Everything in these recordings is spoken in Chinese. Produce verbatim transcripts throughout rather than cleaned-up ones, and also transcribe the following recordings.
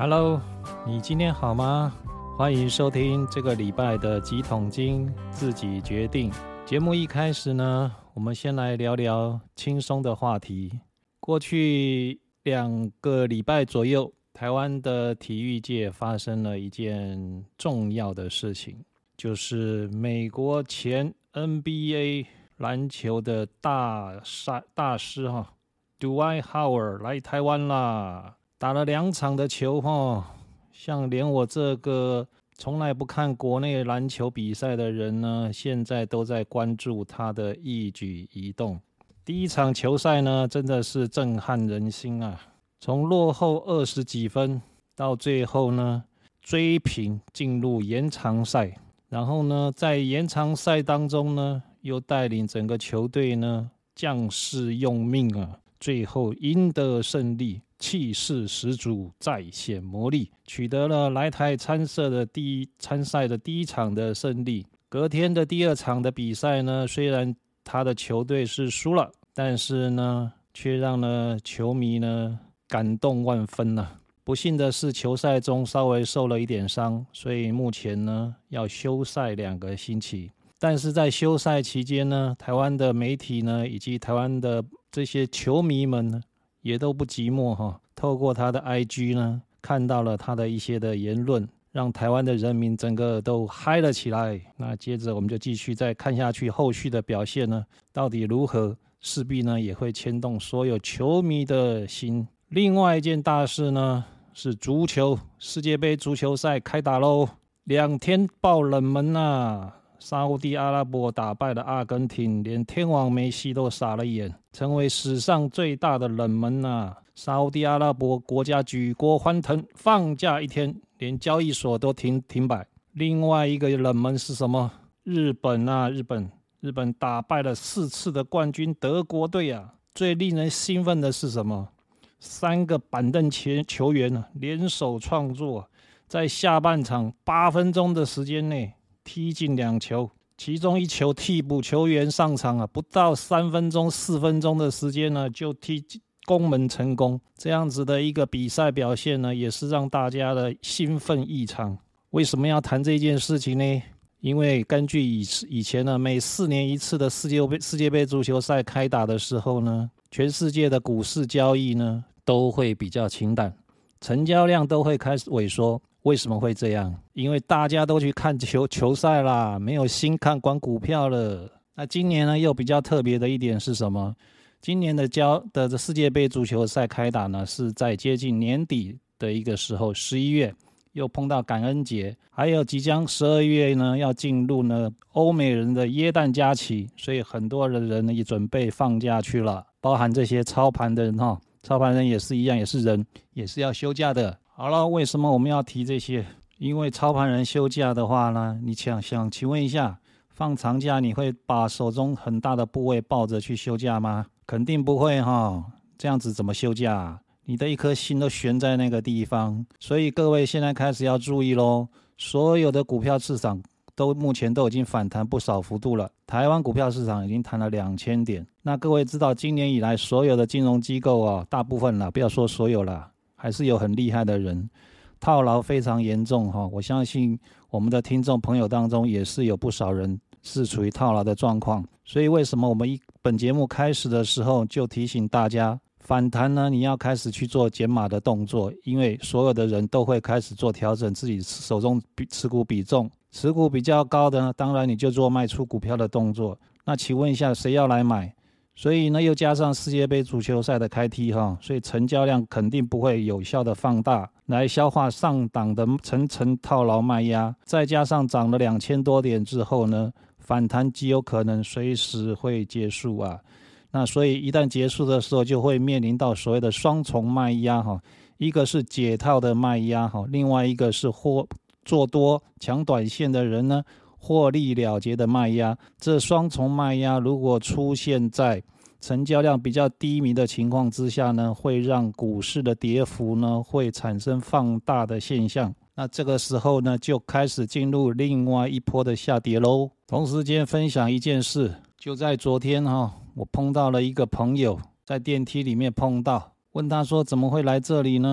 Hello， 你今天好吗？欢迎收听这个礼拜的几桶金自己决定。节目一开始呢，我们先来聊聊轻松的话题。过去两个礼拜左右，台湾的体育界发生了一件重要的事情，就是美国前 N B A 篮球的大大师哈 Dwight Howard 来台湾啦。打了两场的球齁，像连我这个从来不看国内篮球比赛的人呢，现在都在关注他的一举一动。第一场球赛呢，真的是震撼人心啊！从落后二十几分到最后呢追平进入延长赛，然后呢在延长赛当中呢，又带领整个球队呢将士用命啊，最后赢得胜利。气势十足，再显魔力，取得了来台参赛的第一参赛的第一场的胜利。隔天的第二场的比赛呢，虽然他的球队是输了，但是呢，却让呢球迷呢感动万分啊。不幸的是，球赛中稍微受了一点伤，所以目前呢要休赛两个星期。但是在休赛期间呢，台湾的媒体呢以及台湾的这些球迷们呢，也都不寂寞哈，透过他的 I G 呢，看到了他的一些的言论，让台湾的人民整个都嗨了起来。那接着我们就继续再看下去，后续的表现呢，到底如何？势必呢也会牵动所有球迷的心。另外一件大事呢，是足球世界杯足球赛开打喽，两天爆冷门啊！沙烏地阿拉伯打败了阿根廷，连天王梅西都傻了眼，成为史上最大的冷门啊！沙烏地阿拉伯国家举国欢腾，放假一天，连交易所都停停摆。另外一个冷门是什么？日本啊，日本，日本打败了四次的冠军德国队啊！最令人兴奋的是什么？三个板凳球员啊，联手创作，在下半场八分钟的时间内踢进两球，其中一球替补球员上场啊，不到三分钟、四分钟的时间呢，就踢攻门成功。这样子的一个比赛表现呢，也是让大家的兴奋异常。为什么要谈这件事情呢？因为根据以以前呢，每四年一次的世界杯世界杯足球赛开打的时候呢，全世界的股市交易呢都会比较清淡，成交量都会开始萎缩。为什么会这样？因为大家都去看球球赛啦，没有心看管股票了。那今年呢，又比较特别的一点是什么？今年的交的世界杯足球赛开打呢，是在接近年底的一个时候，十一月又碰到感恩节，还有即将十二月呢要进入呢欧美人的耶诞假期，所以很多的人呢也准备放假去了，包含这些操盘的人哈，操盘人也是一样，也是人，也是要休假的。好了，为什么我们要提这些？因为操盘人休假的话呢，你想想，请问一下，放长假你会把手中很大的部位抱着去休假吗？肯定不会哈，这样子怎么休假啊？你的一颗心都悬在那个地方。所以各位现在开始要注意咯，所有的股票市场都目前都已经反弹不少幅度了，台湾股票市场已经弹了两千点。那各位知道今年以来所有的金融机构啊，大部分啦，不要说所有啦，还是有很厉害的人，套牢非常严重哈。我相信我们的听众朋友当中也是有不少人是处于套牢的状况。所以为什么我们一本节目开始的时候就提醒大家，反弹呢，你要开始去做减码的动作，因为所有的人都会开始做调整自己手中持股比重，持股比较高的呢，当然你就做卖出股票的动作。那请问一下，谁要来买？所以呢，又加上世界杯足球赛的开踢哈，所以成交量肯定不会有效的放大来消化上档的层层套牢卖压，再加上涨了两千多点之后呢，反弹极有可能随时会结束啊。那所以一旦结束的时候，就会面临到所谓的双重卖压哈，一个是解套的卖压哈，另外一个是获做多抢短线的人呢，获利了结的卖压。这双重卖压如果出现在成交量比较低迷的情况之下呢，会让股市的跌幅呢会产生放大的现象。那这个时候呢，就开始进入另外一波的下跌咯。同时间分享一件事，就在昨天哈，我碰到了一个朋友，在电梯里面碰到，问他说怎么会来这里呢？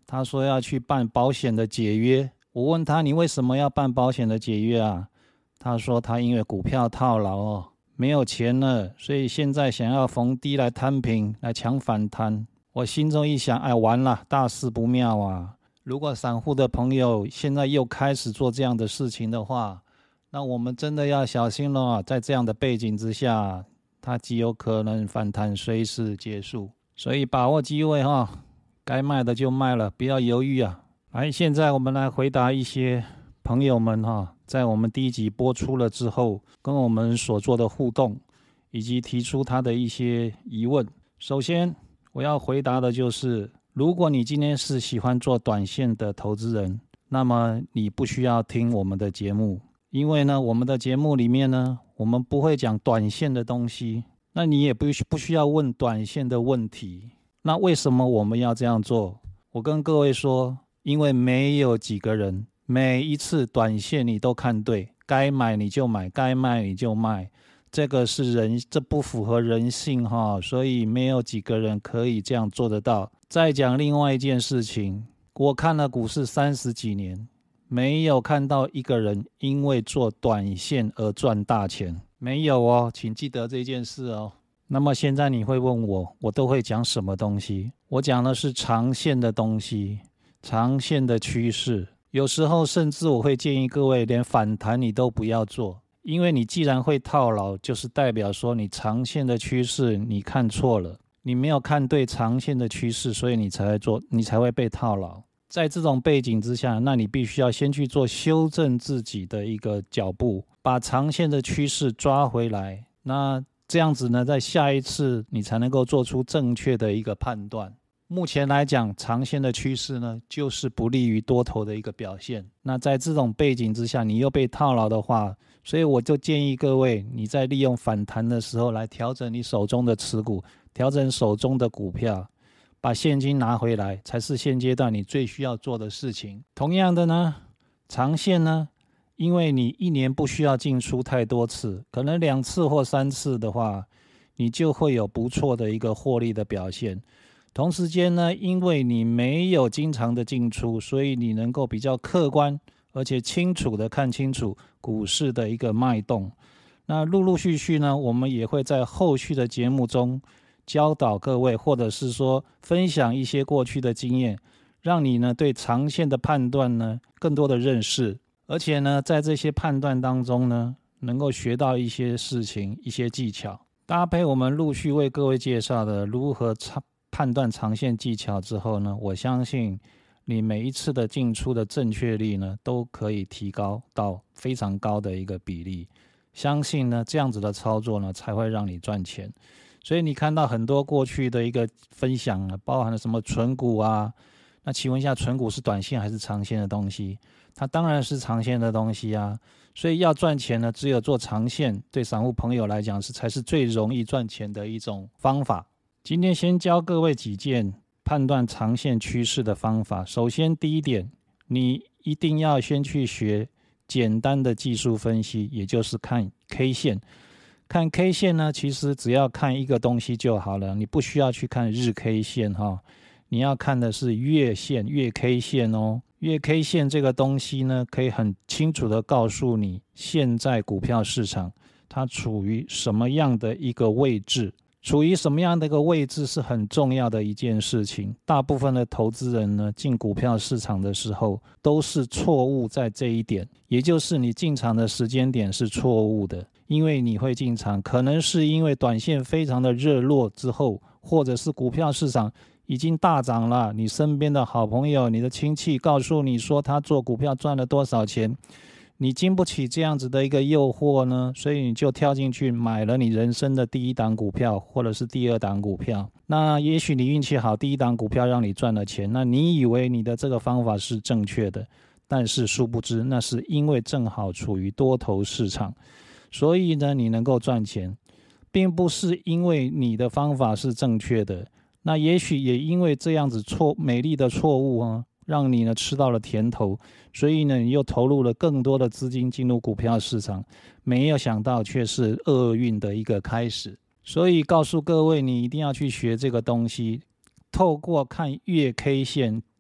他说要去办保险的解约。我问他，你为什么要办保险的解约啊？他说他因为股票套牢哦，没有钱了，所以现在想要逢低来摊平，来抢反弹。我心中一想，哎，完了，大事不妙啊！如果散户的朋友现在又开始做这样的事情的话，那我们真的要小心了啊。在这样的背景之下，它极有可能反弹随时结束，所以把握机会哈，该卖的就卖了，不要犹豫啊。来，现在我们来回答一些朋友们哈，在我们第一集播出了之后，跟我们所做的互动，以及提出他的一些疑问。首先，我要回答的就是，如果你今天是喜欢做短线的投资人，那么你不需要听我们的节目，因为呢，我们的节目里面呢，我们不会讲短线的东西，那你也不不需要问短线的问题。那为什么我们要这样做？我跟各位说，因为没有几个人每一次短线你都看对，该买你就买，该卖你就卖，这个是人，这不符合人性哈，所以没有几个人可以这样做得到。再讲另外一件事情，我看了股市三十几年，没有看到一个人因为做短线而赚大钱，没有哦，请记得这件事哦。那么现在你会问我，我都会讲什么东西？我讲的是长线的东西，长线的趋势。有时候甚至我会建议各位连反弹你都不要做，因为你既然会套牢，就是代表说你长线的趋势你看错了，你没有看对长线的趋势，所以你才会做，你才会被套牢。在这种背景之下，那你必须要先去做修正自己的一个脚步，把长线的趋势抓回来。那这样子呢，在下一次你才能够做出正确的一个判断。目前来讲，长线的趋势呢，就是不利于多头的一个表现。那在这种背景之下，你又被套牢的话，所以我就建议各位，你在利用反弹的时候来调整你手中的持股，调整手中的股票，把现金拿回来，才是现阶段你最需要做的事情。同样的呢，长线呢，因为你一年不需要进出太多次，可能两次或三次的话，你就会有不错的一个获利的表现。同时间呢，因为你没有经常的进出，所以你能够比较客观而且清楚的看清楚股市的一个脉动。那陆陆续续呢，我们也会在后续的节目中教导各位，或者是说分享一些过去的经验，让你呢对长线的判断呢更多的认识，而且呢在这些判断当中呢，能够学到一些事情、一些技巧，搭配我们陆续为各位介绍的如何长判断长线技巧之后呢，我相信你每一次的进出的正确率呢，都可以提高到非常高的一个比例。相信呢，这样子的操作呢，才会让你赚钱。所以你看到很多过去的一个分享呢，包含了什么存股啊？那请问一下，存股是短线还是长线的东西？它当然是长线的东西啊。所以要赚钱呢，只有做长线，对散户朋友来讲是才是最容易赚钱的一种方法。今天先教各位几件判断长线趋势的方法。首先第一点，你一定要先去学简单的技术分析，也就是看 K 线。看 K 线呢，其实只要看一个东西就好了，你不需要去看日 K 线哈，你要看的是月线、月 K 线哦。月 K 线这个东西呢，可以很清楚的告诉你现在股票市场它处于什么样的一个位置。处于什么样的一个位置是很重要的一件事情。大部分的投资人呢，进股票市场的时候都是错误在这一点，也就是你进场的时间点是错误的。因为你会进场，可能是因为短线非常的热络之后，或者是股票市场已经大涨了，你身边的好朋友、你的亲戚告诉你说他做股票赚了多少钱，你经不起这样子的一个诱惑呢，所以你就跳进去买了你人生的第一档股票，或者是第二档股票。那也许你运气好，第一档股票让你赚了钱，那你以为你的这个方法是正确的，但是殊不知那是因为正好处于多头市场，所以呢你能够赚钱，并不是因为你的方法是正确的。那也许也因为这样子错美丽的错误啊，让你呢吃到了甜头，所以呢你又投入了更多的资金进入股票市场，没有想到却是厄运的一个开始。所以告诉各位，你一定要去学这个东西，透过看月 K 线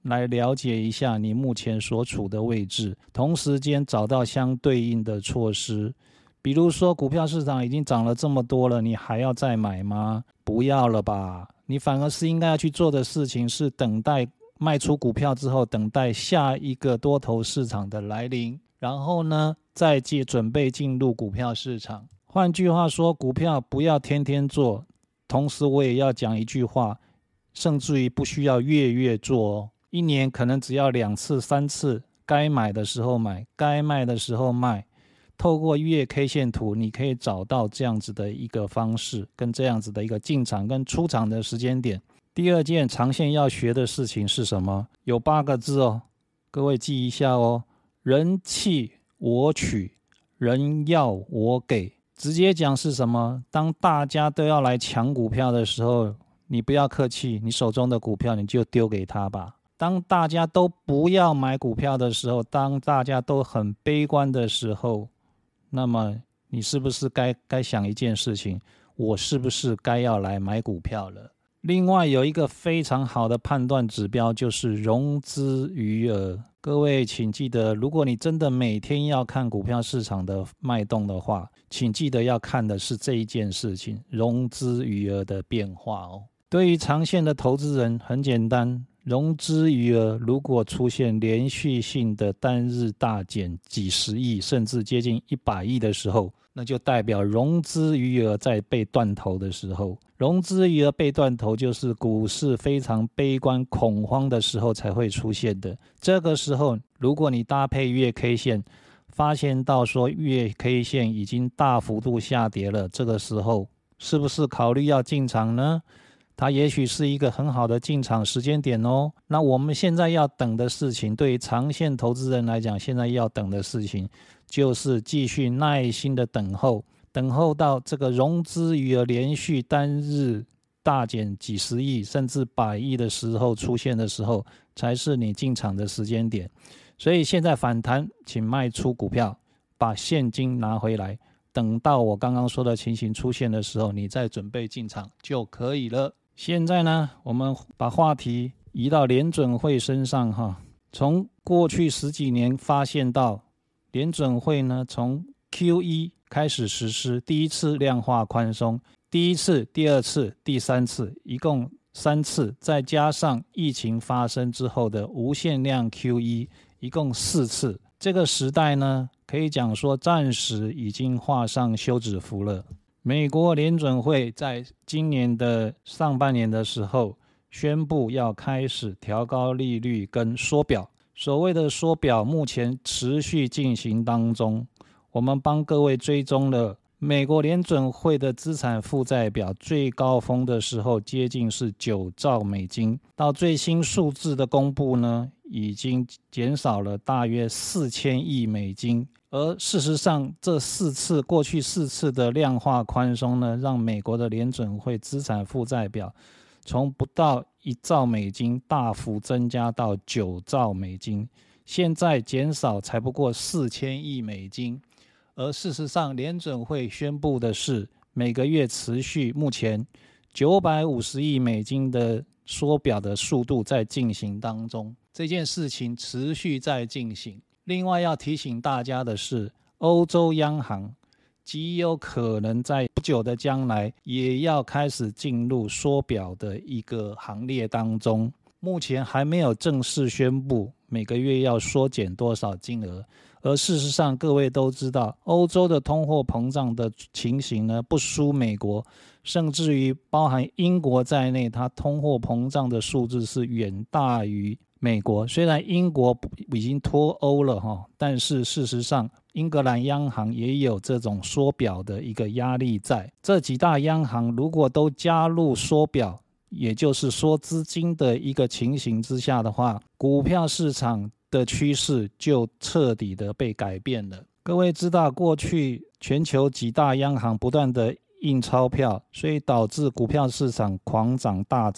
来了解一下你目前所处的位置，同时间找到相对应的措施。比如说股票市场已经涨了这么多了，你还要再买吗？不要了吧，你反而是应该要去做的事情是等待卖出股票之后，等待下一个多头市场的来临，然后呢再进准备进入股票市场。换句话说，股票不要天天做，同时我也要讲一句话，甚至于不需要月月做哦，一年可能只要两次三次，该买的时候买，该卖的时候卖。透过月 K 线图，你可以找到这样子的一个方式，跟这样子的一个进场跟出场的时间点。第二件长线要学的事情是什么？有八个字哦，各位记一下哦。人弃我取，人要我给。直接讲是什么？当大家都要来抢股票的时候，你不要客气，你手中的股票你就丢给他吧。当大家都不要买股票的时候，当大家都很悲观的时候，那么你是不是该该想一件事情，我是不是该要来买股票了？另外有一个非常好的判断指标，就是融资余额。各位请记得，如果你真的每天要看股票市场的脉动的话，请记得要看的是这一件事情，融资余额的变化哦。对于长线的投资人很简单，融资余额如果出现连续性的单日大减几十亿甚至接近一百亿的时候，那就代表融资余额在被断头的时候。融资余额被断头就是股市非常悲观恐慌的时候才会出现的。这个时候如果你搭配月 K 线，发现到说月 K 线已经大幅度下跌了，这个时候是不是考虑要进场呢？它也许是一个很好的进场时间点哦。那我们现在要等的事情，对于长线投资人来讲，现在要等的事情就是继续耐心的等候，等候到这个融资余额连续单日大减几十亿甚至百亿的时候出现的时候，才是你进场的时间点。所以现在反弹，请卖出股票，把现金拿回来，等到我刚刚说的情形出现的时候，你再准备进场就可以了。现在呢，我们把话题移到联准会身上哈。从过去十几年发现到，联准会呢从 Q 一 开始实施第一次量化宽松，第一次、第二次、第三次，一共三次，再加上疫情发生之后的无限量 Q 一，一共四次。这个时代呢，可以讲说暂时已经画上休止符了。美国联准会在今年的上半年的时候宣布要开始调高利率跟缩表，所谓的缩表目前持续进行当中。我们帮各位追踪了美国联准会的资产负债表，最高峰的时候接近是九兆美金，到最新数字的公布呢，已经减少了大约四千亿美金。而事实上，这四次过去四次的量化宽松呢，让美国的联准会资产负债表从不到一兆美金大幅增加到九兆美金，现在减少才不过四千亿美金。而事实上，联准会宣布的是每个月持续目前九百五十亿美金的缩表的速度在进行当中，这件事情持续在进行。另外要提醒大家的是，欧洲央行极有可能在不久的将来也要开始进入缩表的一个行列当中，目前还没有正式宣布每个月要缩减多少金额。而事实上各位都知道，欧洲的通货膨胀的情形呢不输美国，甚至于包含英国在内，它通货膨胀的数字是远大于美国。虽然英国已经脱欧了，但是事实上英格兰央行也有这种缩表的一个压力在。这几大央行如果都加入缩表，也就是缩资金的一个情形之下的话，股票市场的趋势就彻底的被改变了。各位知道，过去全球几大央行不断的印钞票，所以导致股票市场狂涨大涨，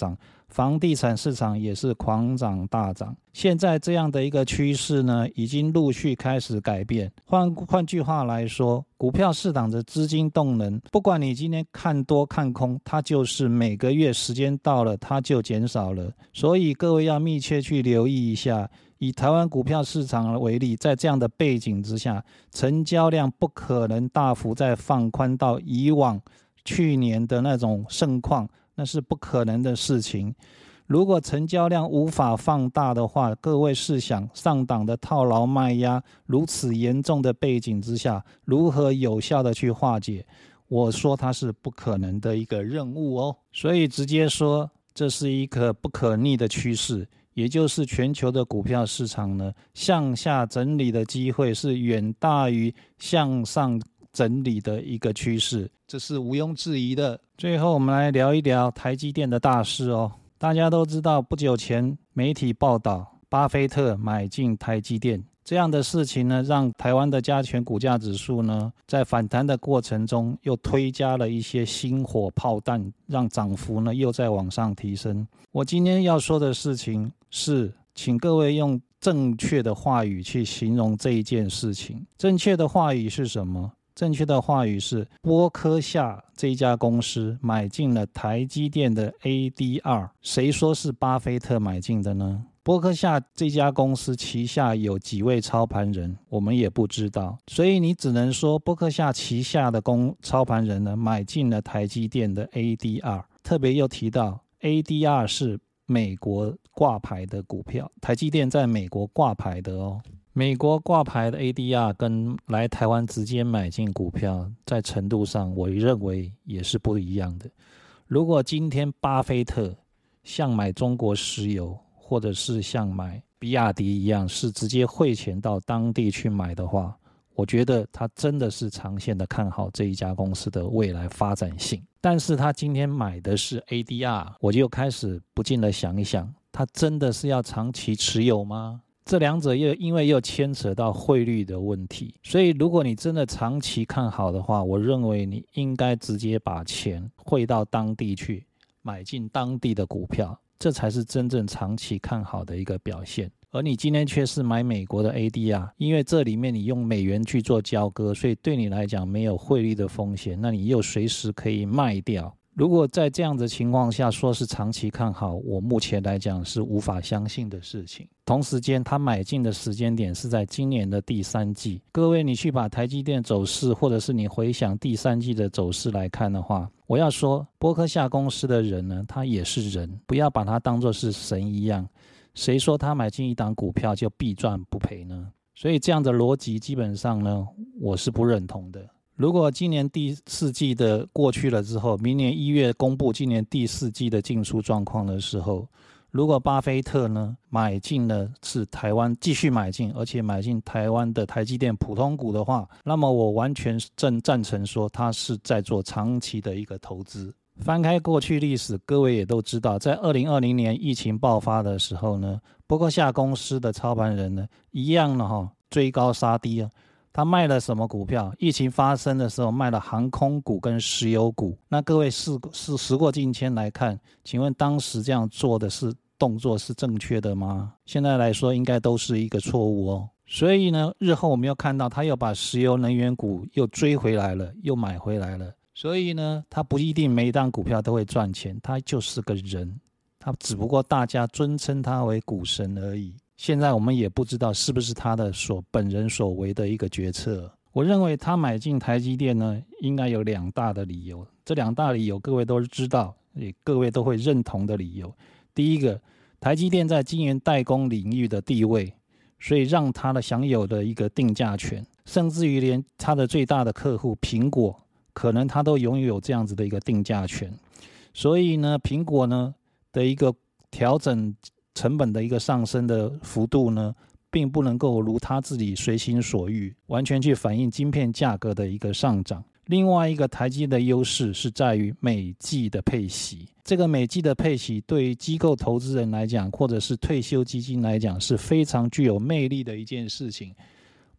房地产市场也是狂涨大涨。现在这样的一个趋势呢，已经陆续开始改变。换换句话来说，股票市场的资金动能，不管你今天看多看空，它就是每个月时间到了，它就减少了。所以各位要密切去留意一下。以台湾股票市场为例，在这样的背景之下，成交量不可能大幅再放宽到以往去年的那种盛况，那是不可能的事情。如果成交量无法放大的话，各位试想上档的套牢卖压如此严重的背景之下，如何有效的去化解？我说它是不可能的一个任务哦。所以直接说，这是一个不可逆的趋势。也就是全球的股票市场呢，向下整理的机会是远大于向上整理的一个趋势，这是毋庸置疑的。最后我们来聊一聊台积电的大事哦。大家都知道，不久前媒体报道巴菲特买进台积电这样的事情呢，让台湾的加权股价指数呢，在反弹的过程中又推加了一些新火炮弹，让涨幅呢又在往上提升。我今天要说的事情是，请各位用正确的话语去形容这一件事情。正确的话语是什么？正确的话语是，波科夏这一家公司买进了台积电的 A D R。 谁说是巴菲特买进的呢？波科夏这家公司旗下有几位操盘人，我们也不知道，所以你只能说波科夏旗下的公操盘人呢买进了台积电的 A D R。 特别又提到 A D R 是美国挂牌的股票，台积电在美国挂牌的哦。美国挂牌的 A D R 跟来台湾直接买进股票，在程度上我认为也是不一样的。如果今天巴菲特像买中国石油，或者是像买比亚迪一样，是直接汇钱到当地去买的话，我觉得他真的是长线的看好这一家公司的未来发展性。但是他今天买的是 A D R， 我就开始不禁的想一想，他真的是要长期持有吗？这两者又因为又牵扯到汇率的问题，所以如果你真的长期看好的话，我认为你应该直接把钱汇到当地去，买进当地的股票，这才是真正长期看好的一个表现。而你今天却是买美国的 A D R， 因为这里面你用美元去做交割，所以对你来讲没有汇率的风险，那你又随时可以卖掉。如果在这样的情况下说是长期看好，我目前来讲是无法相信的事情。同时间他买进的时间点是在今年的第三季，各位你去把台积电走势，或者是你回想第三季的走势来看的话，我要说波科夏公司的人呢，他也是人，不要把他当作是神一样。谁说他买进一档股票就必赚不赔呢？所以这样的逻辑基本上呢，我是不认同的。如果今年第四季的过去了之后，明年一月公布今年第四季的进出状况的时候，如果巴菲特呢买进了是台湾继续买进，而且买进台湾的台积电普通股的话，那么我完全正赞成说他是在做长期的一个投资。翻开过去历史，各位也都知道，在二零二零年疫情爆发的时候呢，波科夏公司的操盘人呢一样呢哈追高杀低啊。他卖了什么股票？疫情发生的时候卖了航空股跟石油股。那各位事事时过境迁来看，请问当时这样做的是动作是正确的吗？现在来说应该都是一个错误哦。所以呢，日后我们又看到他又把石油能源股又追回来了，又买回来了。所以呢，他不一定每一档股票都会赚钱，他就是个人，他只不过大家尊称他为股神而已。现在我们也不知道是不是他的所本人所为的一个决策。我认为他买进台积电呢，应该有两大的理由。这两大理由各位都知道，也各位都会认同的理由。第一个，台积电在晶圆代工领域的地位，所以让他的享有的一个定价权，甚至于连他的最大的客户苹果，可能他都拥有这样子的一个定价权。所以呢，苹果呢的一个调整成本的一个上升的幅度呢，并不能够如他自己随心所欲，完全去反映晶片价格的一个上涨。另外一个台积的优势是在于每季的配息，这个每季的配息对于机构投资人来讲，或者是退休基金来讲，是非常具有魅力的一件事情。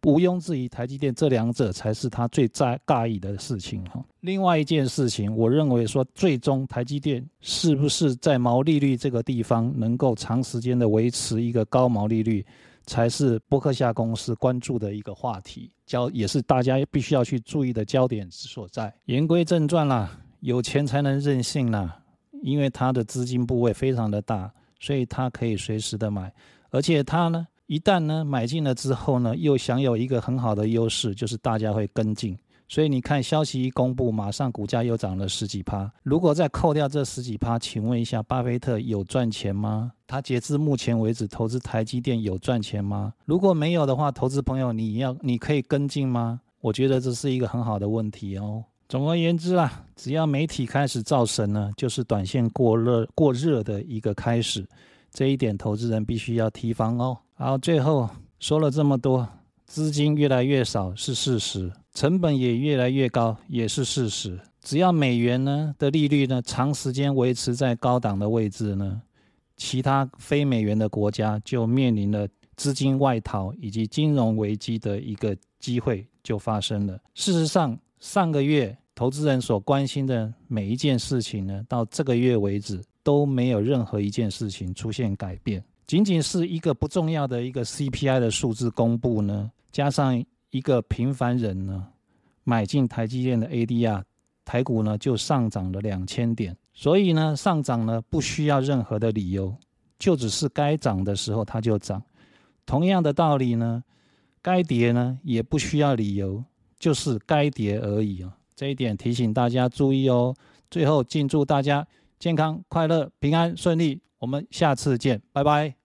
毋庸置疑，台积电这两者才是他最在尬意的事情。另外一件事情，我认为说，最终台积电是不是在毛利率这个地方能够长时间的维持一个高毛利率，才是波克夏公司关注的一个话题，也是大家必须要去注意的焦点之所在。言归正传啦，有钱才能任性啦，因为他的资金部位非常的大，所以他可以随时的买，而且他呢，一旦呢买进了之后呢，又享有一个很好的优势，就是大家会跟进。所以你看消息一公布，马上股价又涨了十几趴。如果再扣掉这十几趴，请问一下，巴菲特有赚钱吗？他截至目前为止投资台积电有赚钱吗？如果没有的话，投资朋友你要你可以跟进吗？我觉得这是一个很好的问题哦。总而言之啦，只要媒体开始造神呢，就是短线过热过热的一个开始，这一点投资人必须要提防哦。好，最后说了这么多，资金越来越少是事实，成本也越来越高也是事实。只要美元呢的利率呢长时间维持在高档的位置呢，其他非美元的国家就面临了资金外逃以及金融危机的一个机会就发生了。事实上，上个月投资人所关心的每一件事情呢，到这个月为止都没有任何一件事情出现改变。仅仅是一个不重要的一个 C P I 的数字公布呢，加上一个平凡人呢买进台积电的 A D R， 台股呢就上涨了两千点。所以呢，上涨呢不需要任何的理由，就只是该涨的时候它就涨。同样的道理呢，该跌呢也不需要理由，就是该跌而已哦。这一点提醒大家注意哦。最后，敬祝大家健康、快乐、平安、顺利。我们下次见，拜拜。